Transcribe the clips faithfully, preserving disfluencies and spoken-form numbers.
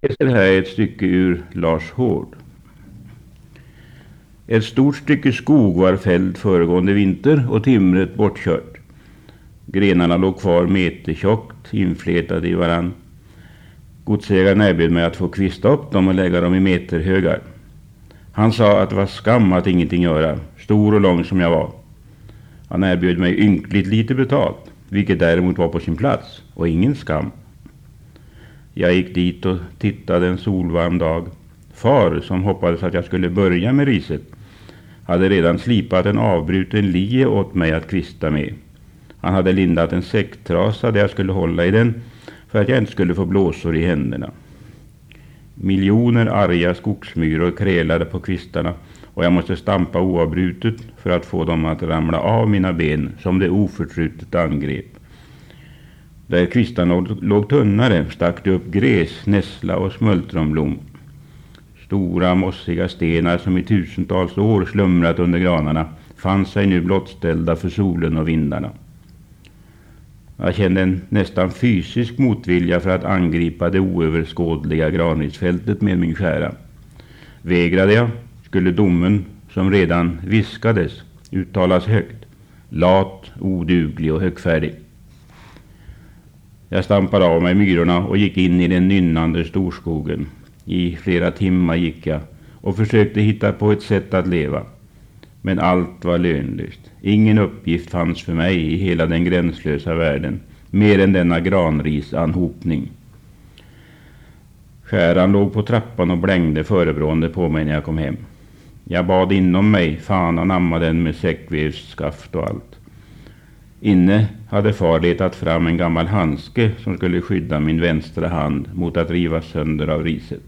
läser här ett stycke ur Lars Hård. Ett stort stycke skog var fälld föregående vinter och timret bortkört. Grenarna låg kvar metertjockt inflätade i varann. Godsägaren erbjöd mig att få kvista upp dem och lägga dem i meterhögar. Han sa att det var skam att ingenting göra, stor och lång som jag var. Han erbjöd mig ynkligt lite betalt, vilket däremot var på sin plats, och ingen skam. Jag gick dit och tittade en solvarm dag. Far, som hoppades att jag skulle börja med riset, hade redan slipat en avbruten lie åt mig att kvista med. Han hade lindat en säcktrasa där jag skulle hålla i den för att jag inte skulle få blåsor i händerna. Miljoner arga skogsmyror krälade på kvistarna och jag måste stampa oavbrutet för att få dem att ramla av mina ben som det oförtrutet angrep. Där kvistarna låg tunnare stack det upp gräs, nässla och smultronblom. Stora mossiga stenar som i tusentals år slumrat under granarna fann sig nu blottställda för solen och vindarna. Jag kände en nästan fysisk motvilja för att angripa det oöverskådliga granrisfältet med min skära. Vägrade jag, skulle domen, som redan viskades, uttalas högt: lat, oduglig och högfärdig. Jag stampade av mig myrorna och gick in i den nynnande storskogen. I flera timmar gick jag och försökte hitta på ett sätt att leva. Men allt var lönlöst. Ingen uppgift fanns för mig i hela den gränslösa världen, mer än denna granrisanhopning. Skäran låg på trappan och blängde förebrående på mig när jag kom hem. Jag bad inom mig fan anamma den med säckvävsskaft och allt. Inne hade far letat fram en gammal handske som skulle skydda min vänstra hand mot att rivas sönder av riset.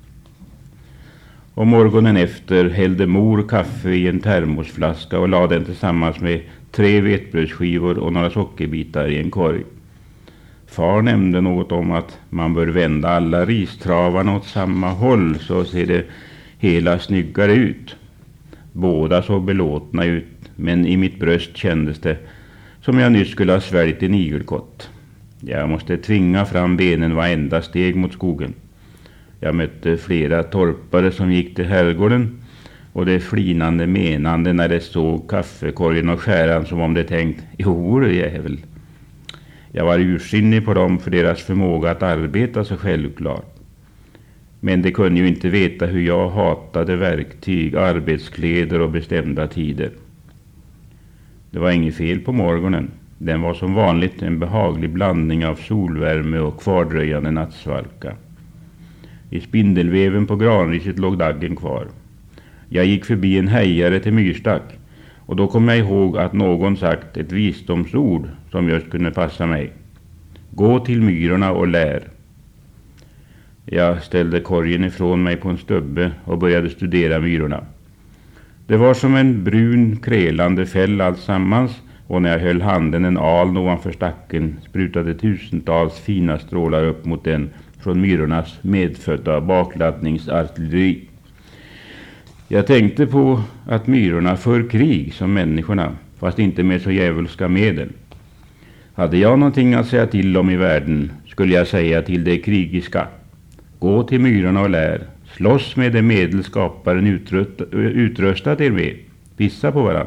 Och morgonen efter hällde mor kaffe i en termosflaska och lade den tillsammans med tre vetbrödsskivor och några sockerbitar i en korg. Far nämnde något om att man bör vända alla ristravarna åt samma håll, så ser det hela snyggare ut. Båda såg belåtna ut, men i mitt bröst kändes det som jag nyss skulle ha sväljt en igelkott. Jag måste tvinga fram benen varenda steg mot skogen. Jag mötte flera torpare som gick till herrgården, och det flinande menande när de såg kaffekorgen och skäran som om de tänkt: jo, det jävel. Jag var ursinnig på dem för deras förmåga att arbeta så självklart. Men de kunde ju inte veta hur jag hatade verktyg, arbetskläder och bestämda tider. Det var inget fel på morgonen. Den var som vanligt en behaglig blandning av solvärme och kvardröjande nattsvalka. I spindelväven på granriset låg daggen kvar. Jag gick förbi en hejare till myrstack, och då kom jag ihåg att någon sagt ett visdomsord som just kunde passa mig. Gå till myrorna och lär. Jag ställde korgen ifrån mig på en stubbe och började studera myrorna. Det var som en brun krälande fäll alltsammans, och när jag höll handen en al ovanför stacken sprutade tusentals fina strålar upp mot den från myrornas medfödda bakladdningsartilleri. Jag tänkte på att myrorna för krig som människorna, fast inte med så djävulska medel. Hade jag någonting att säga till om i världen, skulle jag säga till det krigiska: gå till myrorna och lär, slåss med det medel skaparen utrust, utrustat er med, pissa på varandra.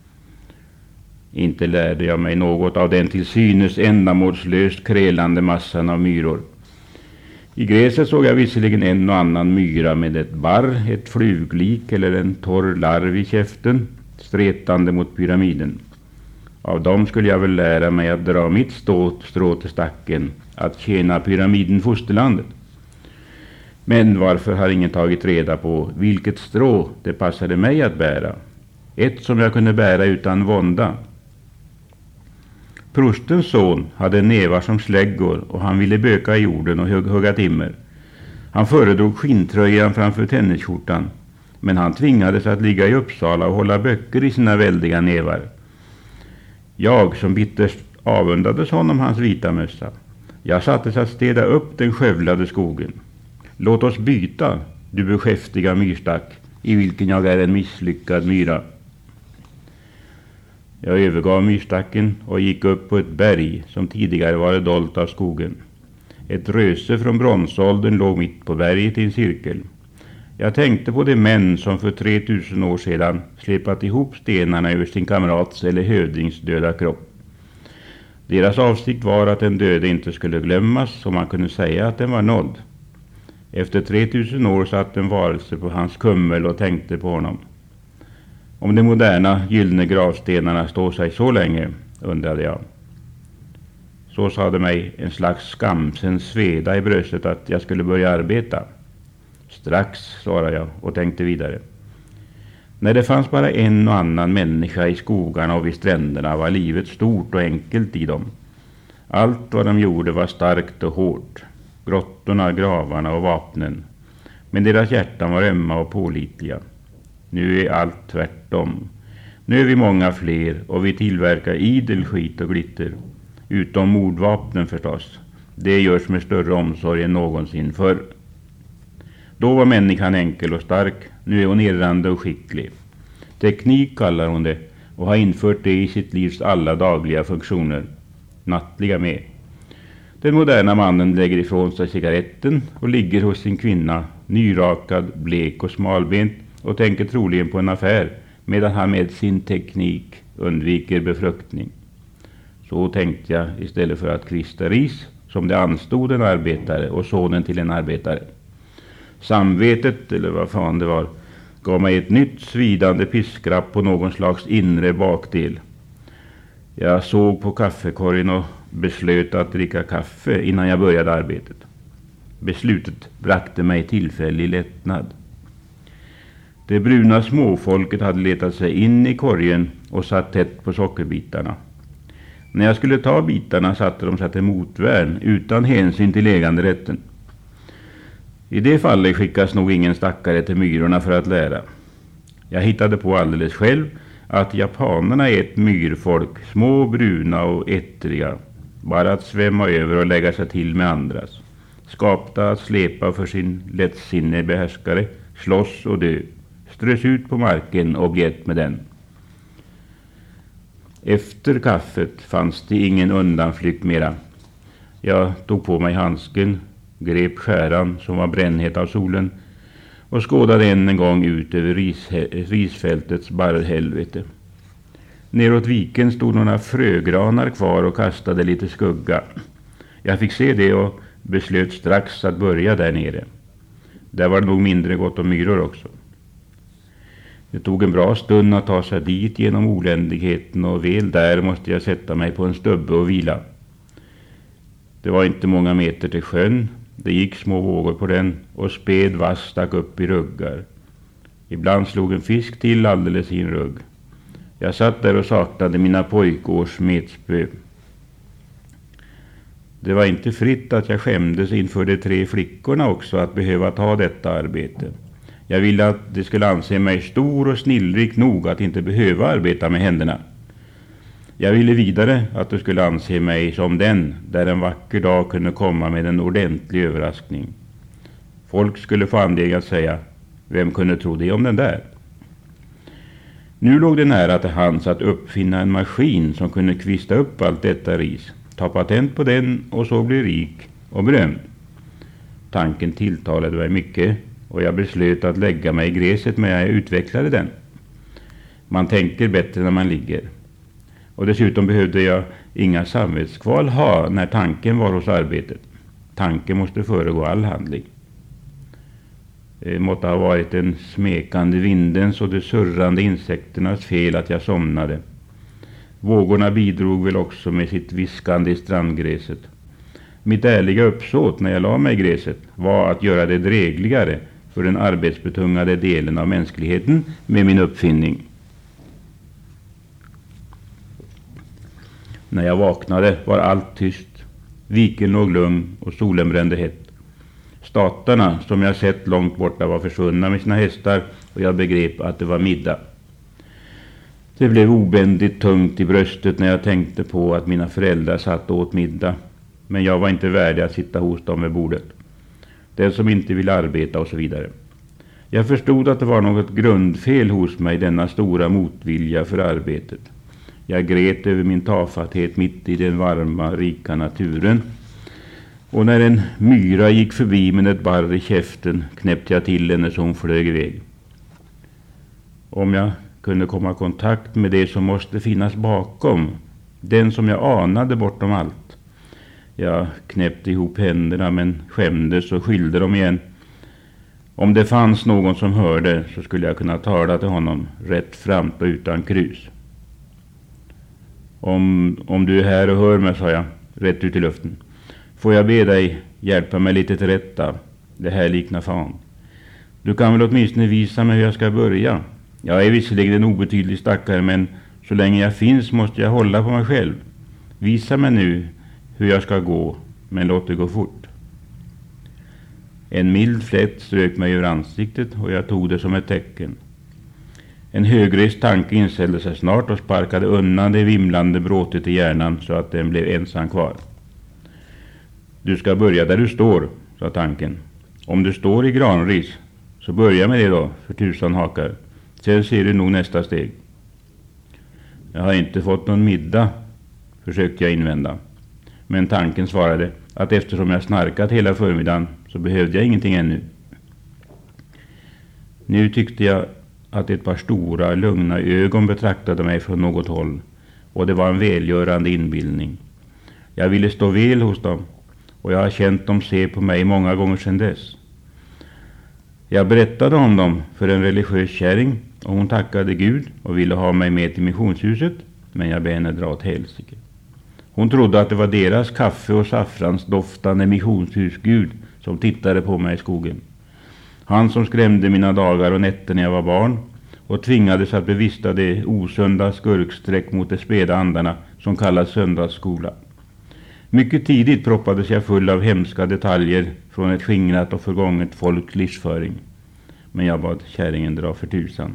Inte lärde jag mig något av den till synes ändamålslöst krälande massan av myror. I gräset såg jag visserligen en och annan myra med ett barr, ett fluglik eller en torr larv i käften, stretande mot pyramiden. Av dem skulle jag väl lära mig att dra mitt ståt strå till stacken, att tjäna pyramiden fosterlandet. Men varför har ingen tagit reda på vilket strå det passade mig att bära? Ett som jag kunde bära utan vånda. Prostens son hade nävar som släggor och han ville böka i jorden och hugg, hugga timmer. Han föredrog skinntröjan framför tennisskjortan, men han tvingades att ligga i Uppsala och hålla böcker i sina väldiga nävar. Jag som bitterst avundades honom hans vita mössa. Jag sattes att städa upp den skövlade skogen. Låt oss byta, du beskäftiga myrstack, i vilken jag är en misslyckad myra. Jag övergav myrstacken och gick upp på ett berg som tidigare var dolt av skogen. Ett röse från bronsåldern låg mitt på berget i en cirkel. Jag tänkte på de män som för tre tusen år sedan släpat ihop stenarna över sin kamrats eller hövdings döda kropp. Deras avsikt var att den döde inte skulle glömmas, så man kunde säga att den var nådd. Efter tre tusen år satt en varelse på hans kummel och tänkte på honom. Om de moderna gyllene gravstenarna står sig så länge, undrade jag. Så sade mig en slags skamsen sveda i bröstet att jag skulle börja arbeta. Strax, svarade jag och tänkte vidare. När det fanns bara en och annan människa i skogarna och vid stränderna var livet stort och enkelt i dem. Allt vad de gjorde var starkt och hårt. Grottorna, gravarna och vapnen. Men deras hjärtan var ömma och pålitliga. Nu är allt tvärtom. Nu är vi många fler och vi tillverkar idel skit och glitter. Utom mordvapnen förstås. Det görs med större omsorg än någonsin förr. Då var människan enkel och stark. Nu är hon irrande och skicklig. Teknik kallar hon det och har infört det i sitt livs alla dagliga funktioner. Nattliga med. Den moderna mannen lägger ifrån sig cigaretten och ligger hos sin kvinna, nyrakad, blek och smalbent, och tänker troligen på en affär medan han med sin teknik undviker befruktning. Så tänkte jag istället för att kvista ris som det anstod en arbetare och sonen till en arbetare. Samvetet, eller vad fan det var, gav mig ett nytt svidande piskrapp på någon slags inre bakdel. Jag såg på kaffekorgen och beslöt att dricka kaffe innan jag började arbetet. Beslutet brakte mig tillfällig lättnad. Det bruna småfolket hade letat sig in i korgen och satt tätt på sockerbitarna. När jag skulle ta bitarna satte de sig till motvärn utan hänsyn till äganderätten. I det fallet skickas nog ingen stackare till myrorna för att lära. Jag hittade på alldeles själv att japanerna är ett myrfolk, små, bruna och ettriga. Bara att svämma över och lägga sig till med andras. Skapta att släpa för sin lättsinne behärskare, slåss och dö. Strös ut på marken och bli ett med den. Efter kaffet fanns det ingen undanflykt mera. Jag tog på mig handsken, grep skäran som var brännhet av solen och skådade än en gång ut över ris, risfältets barrhelvete. Neråt viken stod några frögranar kvar och kastade lite skugga. Jag fick se det och beslöt strax att börja där nere. Där var det nog mindre gott om myror också. Det tog en bra stund att ta sig dit genom oländigheten och väl där måste jag sätta mig på en stubbe och vila. Det var inte många meter till sjön. Det gick små vågor på den och sped vass stack upp i ruggar. Ibland slog en fisk till alldeles i en rugg. Jag satt där och saknade mina pojkårs metspö. Det var inte fritt att jag skämdes inför de tre flickorna också att behöva ta detta arbete. Jag ville att de skulle anse mig stor och snillrik nog att inte behöva arbeta med händerna. Jag ville vidare att de skulle anse mig som den där en vacker dag kunde komma med en ordentlig överraskning. Folk skulle få anledning att säga, vem kunde tro det om den där? Nu låg det nära till hands att uppfinna en maskin som kunde kvista upp allt detta ris, ta patent på den och så bli rik och berömd. Tanken tilltalade mig mycket och jag beslöt att lägga mig i gräset när jag utvecklade den. Man tänker bättre när man ligger. Och dessutom behövde jag inga samvetskval ha när tanken var hos arbetet. Tanken måste föregå all handling. Det måtte ha varit den smekande vindens och de surrande insekternas fel att jag somnade. Vågorna bidrog väl också med sitt viskande i strandgräset. Mitt ärliga uppsåt när jag la mig i gräset var att göra det drägligare för den arbetsbetungade delen av mänskligheten med min uppfinning. När jag vaknade var allt tyst. Viken låg lugn och solen brände hett. Statarna som jag sett långt borta var försvunna med sina hästar och jag begrep att det var middag. Det blev obändigt tungt i bröstet när jag tänkte på att mina föräldrar satt och åt middag. Men jag var inte värdig att sitta hos dem vid bordet. Den som inte ville arbeta och så vidare. Jag förstod att det var något grundfel hos mig, denna stora motvilja för arbetet. Jag grät över min tafatthet mitt i den varma, rika naturen. Och när en myra gick förbi med ett barr i käften knäppte jag till henne så hon flög iväg. Om jag kunde komma i kontakt med det som måste finnas bakom, den som jag anade bortom allt. Jag knäppte ihop händerna men skämdes och skilde dem igen. Om det fanns någon som hörde så skulle jag kunna tala till honom rätt framt och utan krus. Om, om du är här och hör mig, sa jag, rätt ut i luften, får jag be dig hjälpa mig lite till rätta. Det här liknar fan. Du kan väl åtminstone visa mig hur jag ska börja. Jag är visserligen en obetydlig stackare, men så länge jag finns måste jag hålla på mig själv. Visa mig nu hur jag ska gå, men låt det gå fort. En mild flätt strök mig över ansiktet och jag tog det som ett tecken. En högrest tanke inställde sig snart och sparkade undan det vimlande bråtet i hjärnan så att den blev ensam kvar. Du ska börja där du står, sa tanken. Om du står i granris, så börja med det då, för tusan hakar. Sen ser du nog nästa steg. Jag har inte fått någon middag, försökte jag invända. Men tanken svarade att eftersom jag snarkat hela förmiddagen så behövde jag ingenting ännu. Nu tyckte jag att ett par stora, lugna ögon betraktade mig från något håll, och det var en välgörande inbildning. Jag ville stå väl hos dem, och jag har känt dem se på mig många gånger sedan dess. Jag berättade om dem för en religiös kärring, och hon tackade Gud och ville ha mig med till missionshuset, men jag bad henne dra åt helsike. Hon trodde att det var deras kaffe och saffrans doftande missionshusgud som tittade på mig i skogen. Han som skrämde mina dagar och nätter när jag var barn och tvingades att bevista det osunda skurksträck mot de späda andarna som kallas söndagsskola. Mycket tidigt proppades jag full av hemska detaljer från ett skingrat och förgånget folks livsföring. Men jag bad kärringen dra för tusan.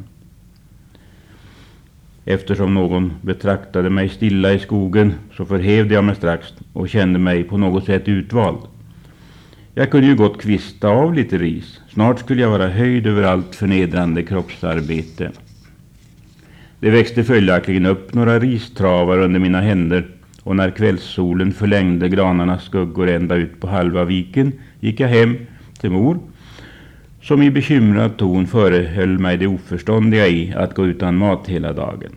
Eftersom någon betraktade mig stilla i skogen så förhävde jag mig strax och kände mig på något sätt utvald. Jag kunde ju gott kvista av lite ris. Snart skulle jag vara höjd över allt förnedrande kroppsarbete. Det växte följaktligen upp några ristravar under mina händer, och när kvällssolen förlängde granarnas skuggor ända ut på halva viken gick jag hem till mor, som i bekymrad ton förehöll mig det oförståndiga i att gå utan mat hela dagen.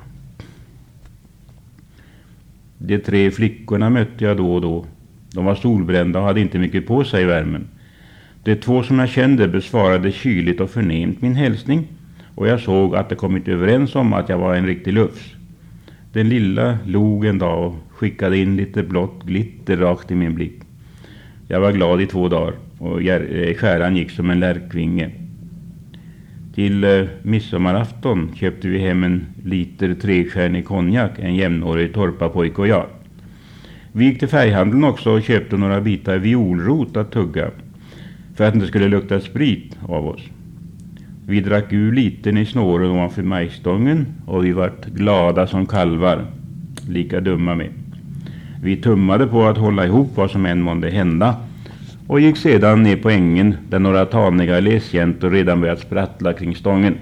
De tre flickorna mötte jag då och då. De var solbrända och hade inte mycket på sig i värmen. De två som jag kände besvarade kyligt och förnemt min hälsning, och jag såg att de kommit överens om att jag var en riktig lufs. Den lilla log en dag och skickade in lite blått glitter rakt i min blick. Jag var glad i två dagar, och skäran gick som en lärkvinge. Till eh, midsommarafton köpte vi hem en liter trestjärnig konjak, en jämnårig torpapojk och jag. Vi gick till färghandeln också och köpte några bitar violrot att tugga, för att det inte skulle lukta sprit av oss. Vi drack ur liten i snåren ovanför majstången, och vi vart glada som kalvar, lika dumma med. Vi tummade på att hålla ihop vad som än månde hända, och gick sedan ner på ängen där några taniga läsjäntor redan börjat sprattla kring stången.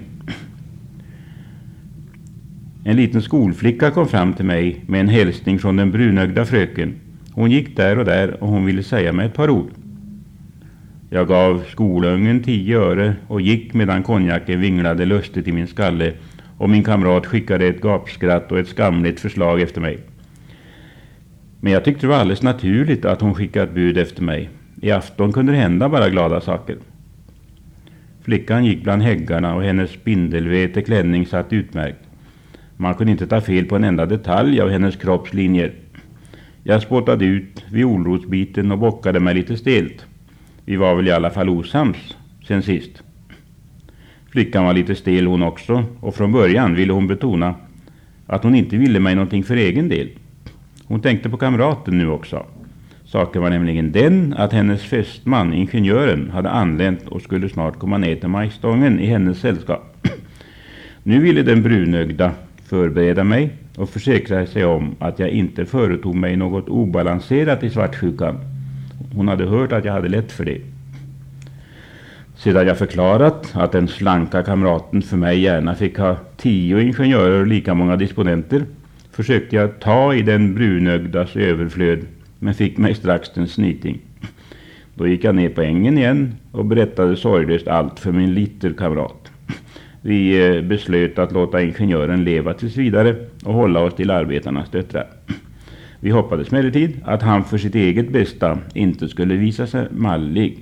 En liten skolflicka kom fram till mig med en hälsning från den brunögda fröken. Hon gick där och där och hon ville säga mig ett par ord. Jag gav skolungen tio öre och gick medan konjaken vinglade lustigt i min skalle, och min kamrat skickade ett gapskratt och ett skamligt förslag efter mig. Men jag tyckte det var alldeles naturligt att hon skickade bud efter mig. I afton kunde det hända bara glada saker. Flickan gick bland häggarna och hennes spindelvete klänning satt utmärkt. Man kunde inte ta fel på en enda detalj av hennes kroppslinjer. Jag spottade ut violrotsbiten och bockade mig lite stelt. Vi var väl i alla fall osams sen sist. Flickan var lite stel hon också, och från början ville hon betona att hon inte ville mig någonting för egen del. Hon tänkte på kamraten nu också. Saken var nämligen den att hennes fästman, ingenjören, hade anlänt och skulle snart komma ner till majstången i hennes sällskap. Nu ville den brunögda förbereda mig och försäkra sig om att jag inte företog mig något obalanserat i svartsjukan. Hon hade hört att jag hade lätt för det. Sedan jag förklarat att den slanka kamraten för mig gärna fick ha tio ingenjörer och lika många disponenter, försökte jag ta i den brunögdas överflöd, men fick mig strax en snyting. Då gick jag ner på ängen igen och berättade sorglöst allt för min litterkamrat. Vi eh, beslöt att låta ingenjören leva tills vidare och hålla oss till arbetarnas döttrar. Vi hoppades emellertid att han för sitt eget bästa inte skulle visa sig mallig.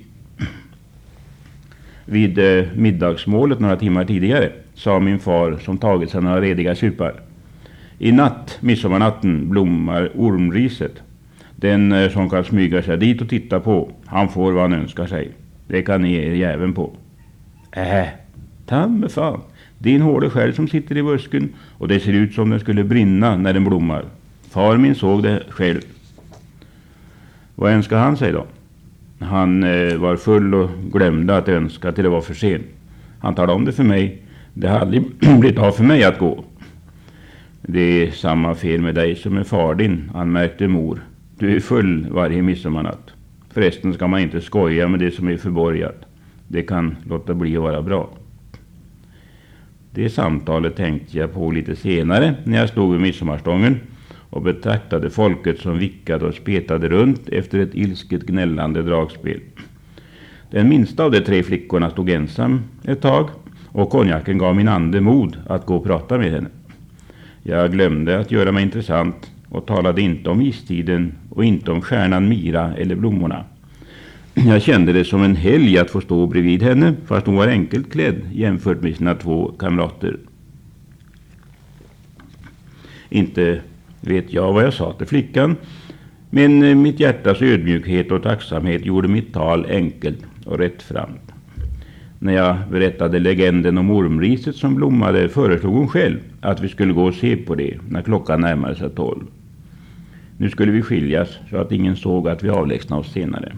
Vid eh, middagsmålet några timmar tidigare sa min far, som tagit sig några rediga supar: i natt, midsommarnatten, blommar ormriset. Den eh, som kan smyga sig dit och titta på, han får vad han önskar sig. Det kan ni er jäveln på. Äh, tamme fan. Din hårde själv som sitter i busken och det ser ut som den skulle brinna när den blommar. Far min såg det själv. Vad önskar han sig då? Han eh, var full och glömde att önska till det var för sent. Han talade om det för mig. Det hade aldrig blivit av för mig att gå. Det är samma fel med dig som med far din, anmärkte mor. Du är full varje midsommarnatt. Förresten ska man inte skoja med det som är förborgat. Det kan låta bli att vara bra. Det samtalet tänkte jag på lite senare när jag stod vid midsommarstången och betraktade folket som vickade och spetade runt efter ett ilsket gnällande dragspel. Den minsta av de tre flickorna stod ensam ett tag och konjaken gav min ande mod att gå och prata med henne. Jag glömde att göra mig intressant och talade inte om istiden och inte om stjärnan Mira eller blommorna. Jag kände det som en helg att få stå bredvid henne, fast hon var enkelt klädd jämfört med sina två kamrater. Inte vet jag vad jag sa till flickan, men mitt hjärtas ödmjukhet och tacksamhet gjorde mitt tal enkelt och rättframt. När jag berättade legenden om ormriset som blommade föreslog hon själv att vi skulle gå och se på det när klockan närmade sig tolv. Nu skulle vi skiljas så att ingen såg att vi avlägsnade oss senare.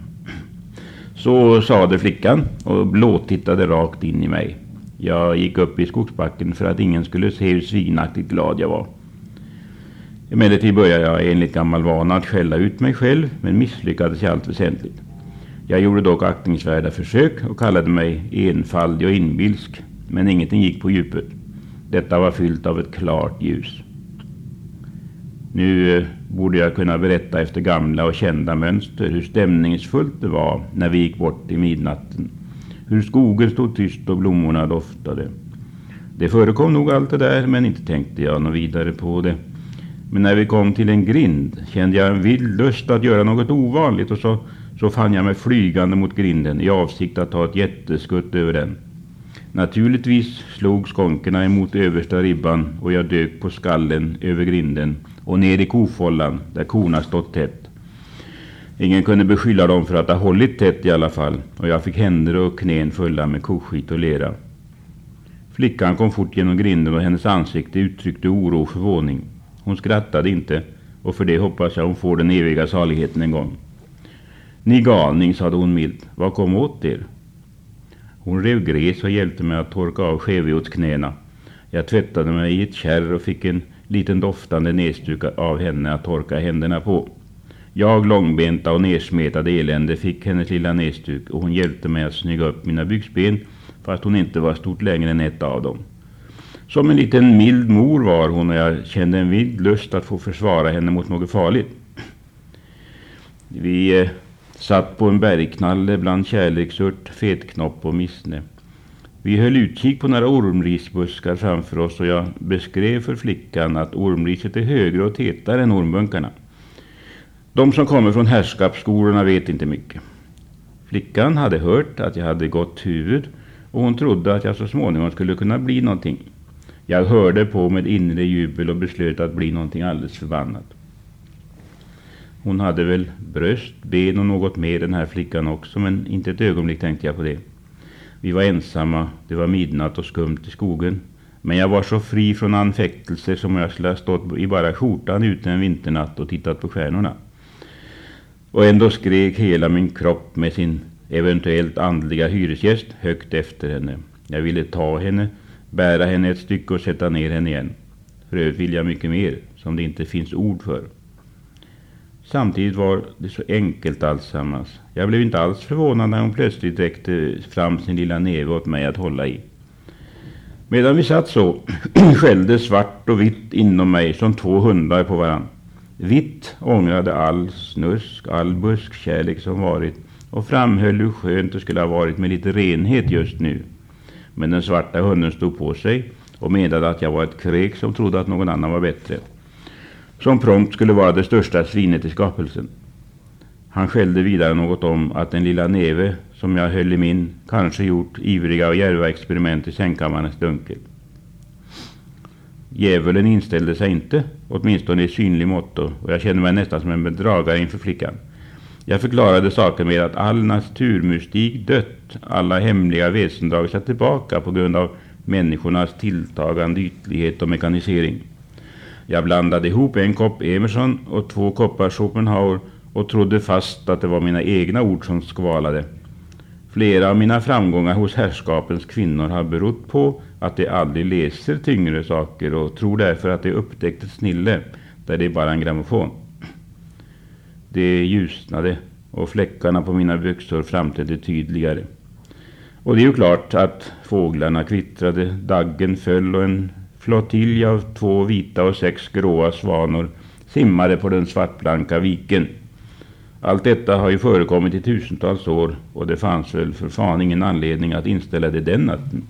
Så sade flickan och blåtittade rakt in i mig. Jag gick upp i skogsbacken för att ingen skulle se hur svinaktigt glad jag var. Emellertid började jag enligt gammal vana att skälla ut mig själv, men misslyckades i allt väsentligt. Jag gjorde dock aktningsvärda försök och kallade mig enfaldig och inbilsk, men ingenting gick på djupet. Detta var fyllt av ett klart ljus. Nu eh, borde jag kunna berätta efter gamla och kända mönster hur stämningsfullt det var när vi gick bort i midnatten. Hur skogen stod tyst och blommorna doftade. Det förekom nog allt det där, men inte tänkte jag något vidare på det. Men när vi kom till en grind kände jag en vild lust att göra något ovanligt och så, så fann jag mig flygande mot grinden i avsikt att ta ett jätteskutt över den. Naturligtvis slog skonkerna emot översta ribban och jag dök på skallen över grinden och ner i kofållan där korna stått tätt. Ingen kunde beskylla dem för att ha hållit tätt i alla fall och jag fick händer och knän fulla med koskit och lera. Flickan kom fort genom grinden och hennes ansikte uttryckte oro och förvåning. Hon skrattade inte och för det hoppas jag hon får den eviga saligheten en gång. Ni galning, sade hon milt. Vad kom åt er? Hon rev gräs och hjälpte mig att torka av skevjotsknäna. Jag tvättade mig i ett kärr och fick en liten doftande näsduk av henne att torka händerna på. Jag, långbenta och nersmetade elände, fick hennes lilla näsduk och hon hjälpte mig att snygga upp mina byxben fast hon inte var stort längre än ett av dem. Som en liten mild mor var hon och jag kände en vild lust att få försvara henne mot något farligt. Vi eh, satt på en bergknalle bland kärleksört, fetknopp och missne. Vi höll utkik på några ormrisbuskar framför oss och jag beskrev för flickan att ormriset är högre och tätare än ormbunkarna. De som kommer från herrskapsskolorna vet inte mycket. Flickan hade hört att jag hade gått huvud och hon trodde att jag så småningom skulle kunna bli någonting. Jag hörde på med inre jubel och beslöt att bli någonting alldeles förbannat. Hon hade väl bröst, ben och något mer den här flickan också, men inte ett ögonblick tänkte jag på det. Vi var ensamma, det var midnatt och skumt i skogen. Men jag var så fri från anfäktelser som jag skulle ha stått i bara skjortan ute en vinternatt och tittat på stjärnorna. Och ändå skrek hela min kropp med sin eventuellt andliga hyresgäst högt efter henne. Jag ville ta henne, bära henne ett stycke och sätta ner henne igen. För övrigt vill jag mycket mer, som det inte finns ord för. Samtidigt var det så enkelt alltsammans. Jag blev inte alls förvånad när hon plötsligt räckte fram sin lilla näve åt mig att hålla i. Medan vi satt så skällde svart och vitt inom mig som två hundar på varann. Vitt ångrade all snusk, all buskkärlek som varit och framhöll hur skönt det skulle ha varit med lite renhet just nu. Men den svarta hunden stod på sig och menade att jag var ett kräk som trodde att någon annan var bättre, som prompt skulle vara det största svinet i skapelsen. Han skällde vidare något om att den lilla neve som jag höll i min kanske gjort ivriga och djärva experiment i sängkammarens dunkel. Djävulen inställde sig inte, åtminstone i synlig motto, och jag kände mig nästan som en bedragare inför flickan. Jag förklarade saken med att all naturmystik dött, alla hemliga väsen dragit sig tillbaka på grund av människornas tilltagande ytlighet och mekanisering. Jag blandade ihop en kopp Emerson och två koppar Schopenhauer och trodde fast att det var mina egna ord som skvalade. Flera av mina framgångar hos herrskapens kvinnor har berott på att de aldrig läser tyngre saker och tror därför att de upptäckt ett snille där det är bara en grammofon. Det ljusnade och fläckarna på mina byxor framträdde tydligare. Och det är ju klart att fåglarna kvittrade, daggen föll och en flottilj av två vita och sex gråa svanor simmade på den svartblanka viken. Allt detta har ju förekommit i tusentals år och det fanns väl för fan ingen anledning att inställa det den natten.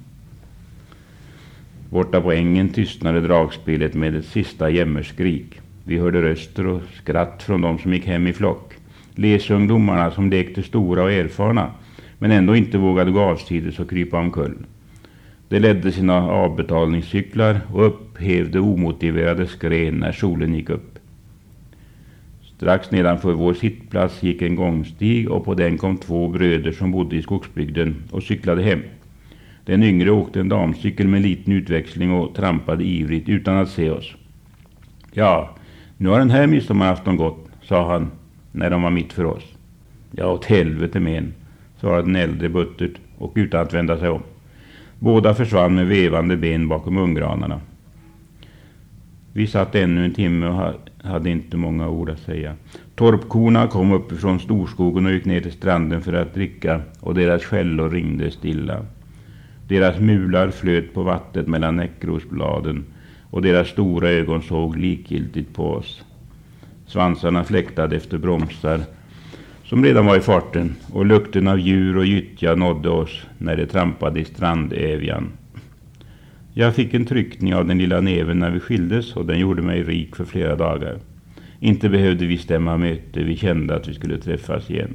Borta på ängen tystnade dragspelet med ett sista jämmerskrik. Vi hörde röster och skratt från de som gick hem i flock. Läsungdomarna som lekte stora och erfarna men ändå inte vågade gå avsides och krypa omkull. De ledde sina avbetalningscyklar och upphävde omotiverade skrän när solen gick upp. Strax nedanför vår sittplats gick en gångstig och på den kom två bröder som bodde i skogsbygden och cyklade hem. Den yngre åkte en damcykel med liten utväxling och trampade ivrigt utan att se oss. Ja, nu har den här midsommarafton gått, sa han när de var mitt för oss. Ja, åt helvete med en, svarade den äldre buttert och utan att vända sig om. Båda försvann med vevande ben bakom unggranarna. Vi satt ännu en timme och hade inte många ord att säga. Torpkorna kom uppifrån storskogen och gick ner till stranden för att dricka och deras skällor ringde stilla. Deras mular flöt på vattnet mellan näckrosbladen och deras stora ögon såg likgiltigt på oss. Svansarna fläktade efter bromsar som redan var i farten och lukten av djur och gyttja nådde oss när det trampade i strandävjan. Jag fick en tryckning av den lilla neven när vi skildes och den gjorde mig rik för flera dagar. Inte behövde vi stämma möte, vi kände att vi skulle träffas igen.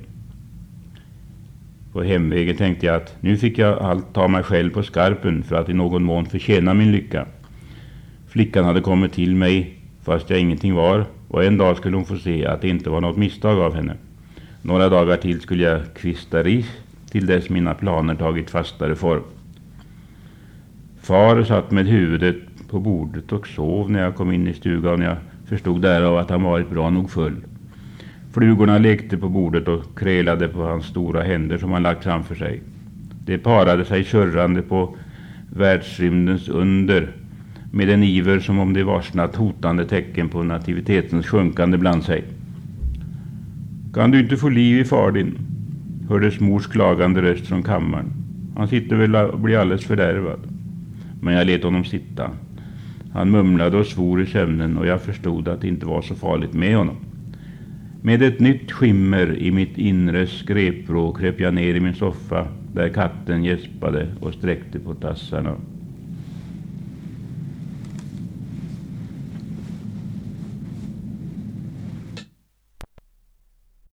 På hemvägen tänkte jag att nu fick jag allt ta mig själv på skarpen för att i någon mån förtjäna min lycka. Flickan hade kommit till mig fast jag ingenting var och en dag skulle hon få se att det inte var något misstag av henne. Några dagar till skulle jag kvista ris till dess mina planer tagit fastare form. Far satt med huvudet på bordet och sov när jag kom in i stugan. Jag förstod därav att han varit bra nog full. Flugorna lekte på bordet och krälade på hans stora händer som han lagt framför sig. De parade sig körrande på världsrymdens under med en iver som om det varsnat hotande tecken på nativitetens sjunkande bland sig. Kan du inte få liv i far din? Hördes mors klagande röst från kammaren. Han sitter väl och blir alldeles fördärvad. Men jag lät honom sitta. Han mumlade och svor i sömnen och jag förstod att det inte var så farligt med honom. Med ett nytt skimmer i mitt inre skreprå kröp jag ner i min soffa där katten gäspade och sträckte på tassarna.